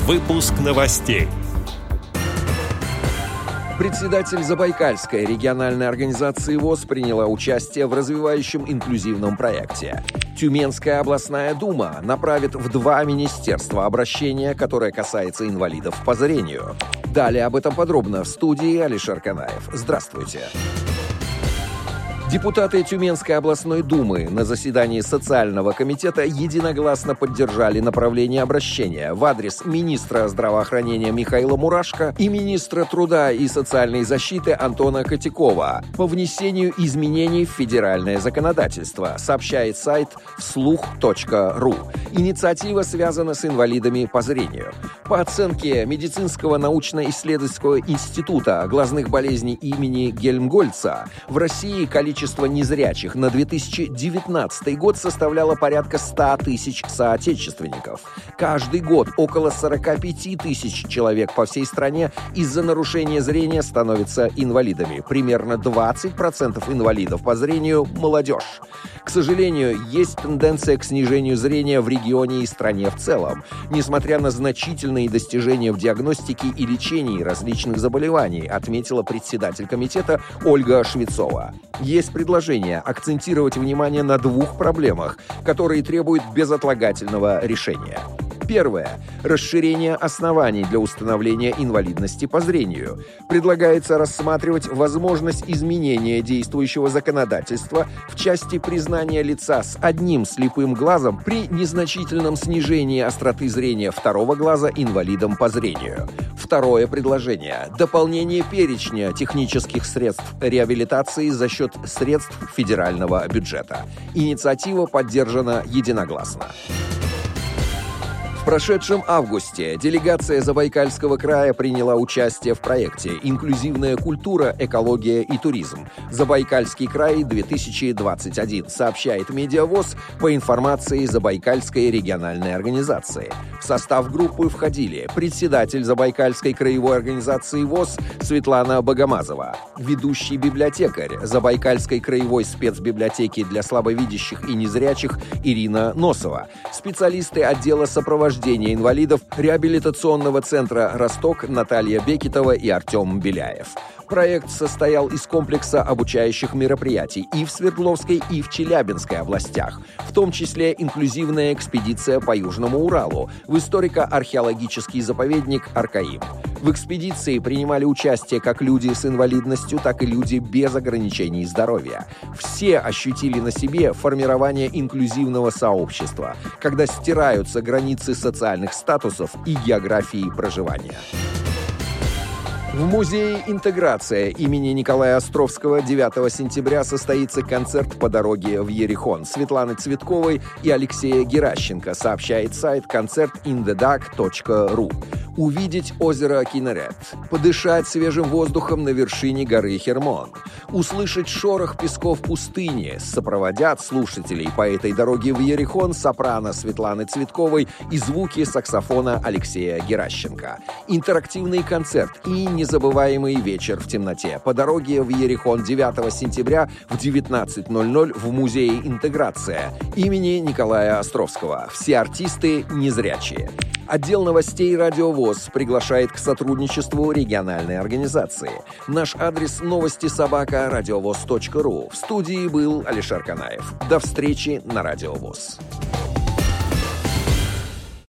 Выпуск новостей. Председатель Забайкальской региональной организации ВОС приняла участие в развивающем инклюзивном проекте. Тюменская областная дума направит в 2 министерства обращение, которое касается инвалидов по зрению. Далее об этом подробно в студии Алишер Канаев. Здравствуйте. Депутаты Тюменской областной думы на заседании социального комитета единогласно поддержали направление обращения в адрес министра здравоохранения Михаила Мурашко и министра труда и социальной защиты Антона Котякова по внесению изменений в федеральное законодательство, сообщает сайт вслух.ру. Инициатива связана с инвалидами по зрению. По оценке Медицинского научно-исследовательского института глазных болезней имени Гельмгольца, в России количество незрячих на 2019 год составляло порядка 100 тысяч соотечественников. Каждый год около 45 тысяч человек по всей стране из-за нарушения зрения становятся инвалидами. Примерно 20% инвалидов по зрению – молодежь. К сожалению, есть тенденция к снижению зрения в регионе и стране в целом, несмотря на значительные достижения в диагностике и лечении различных заболеваний, отметила председатель комитета Ольга Швецова. Есть предложение акцентировать внимание на 2 проблемах, которые требуют безотлагательного решения. Первое. Расширение оснований для установления инвалидности по зрению. Предлагается рассматривать возможность изменения действующего законодательства в части признания лица с одним слепым глазом при незначительном снижении остроты зрения второго глаза инвалидом по зрению. Второе предложение. Дополнение перечня технических средств реабилитации за счет средств федерального бюджета. Инициатива поддержана единогласно. В прошедшем августе делегация Забайкальского края приняла участие в проекте «Инклюзивная культура, экология и туризм. Забайкальский край-2021», сообщает Медиавоз по информации Забайкальской региональной организации. В состав группы входили председатель Забайкальской краевой организации ВОС Светлана Богомазова, ведущий библиотекарь Забайкальской краевой спецбиблиотеки для слабовидящих и незрячих Ирина Носова, специалисты отдела сопровождения инвалидов реабилитационного центра «Росток» Наталья Бекетова и Артем Беляев. Проект состоял из комплекса обучающих мероприятий и в Свердловской, и в Челябинской областях, в том числе инклюзивная экспедиция по Южному Уралу, в историко-археологический заповедник Аркаим. В экспедиции принимали участие как люди с инвалидностью, так и люди без ограничений здоровья. Все ощутили на себе формирование инклюзивного сообщества, когда стираются границы социальных статусов и географии проживания. В музее «Интеграция» имени Николая Островского 9 сентября состоится концерт по дороге в Ерехон Светланы Цветковой и Алексея Геращенко, сообщает сайт концертинthedark.ru. Увидеть озеро Кинерет, подышать свежим воздухом на вершине горы Хермон, услышать шорох песков пустыни, сопроводят слушателей по этой дороге в Ерехон сопрано Светланы Цветковой и звуки саксофона Алексея Геращенко. Интерактивный концерт и незабываемый вечер в темноте по дороге в Ерехон 9 сентября в 19:00 в музее «Интеграция» имени Николая Островского. Все артисты незрячие. Отдел новостей «Радио ВОС» приглашает к сотрудничеству региональной организации. Наш адрес новости@радиовоз.ру. В студии был Алишер Канаев. До встречи на Радио ВОС.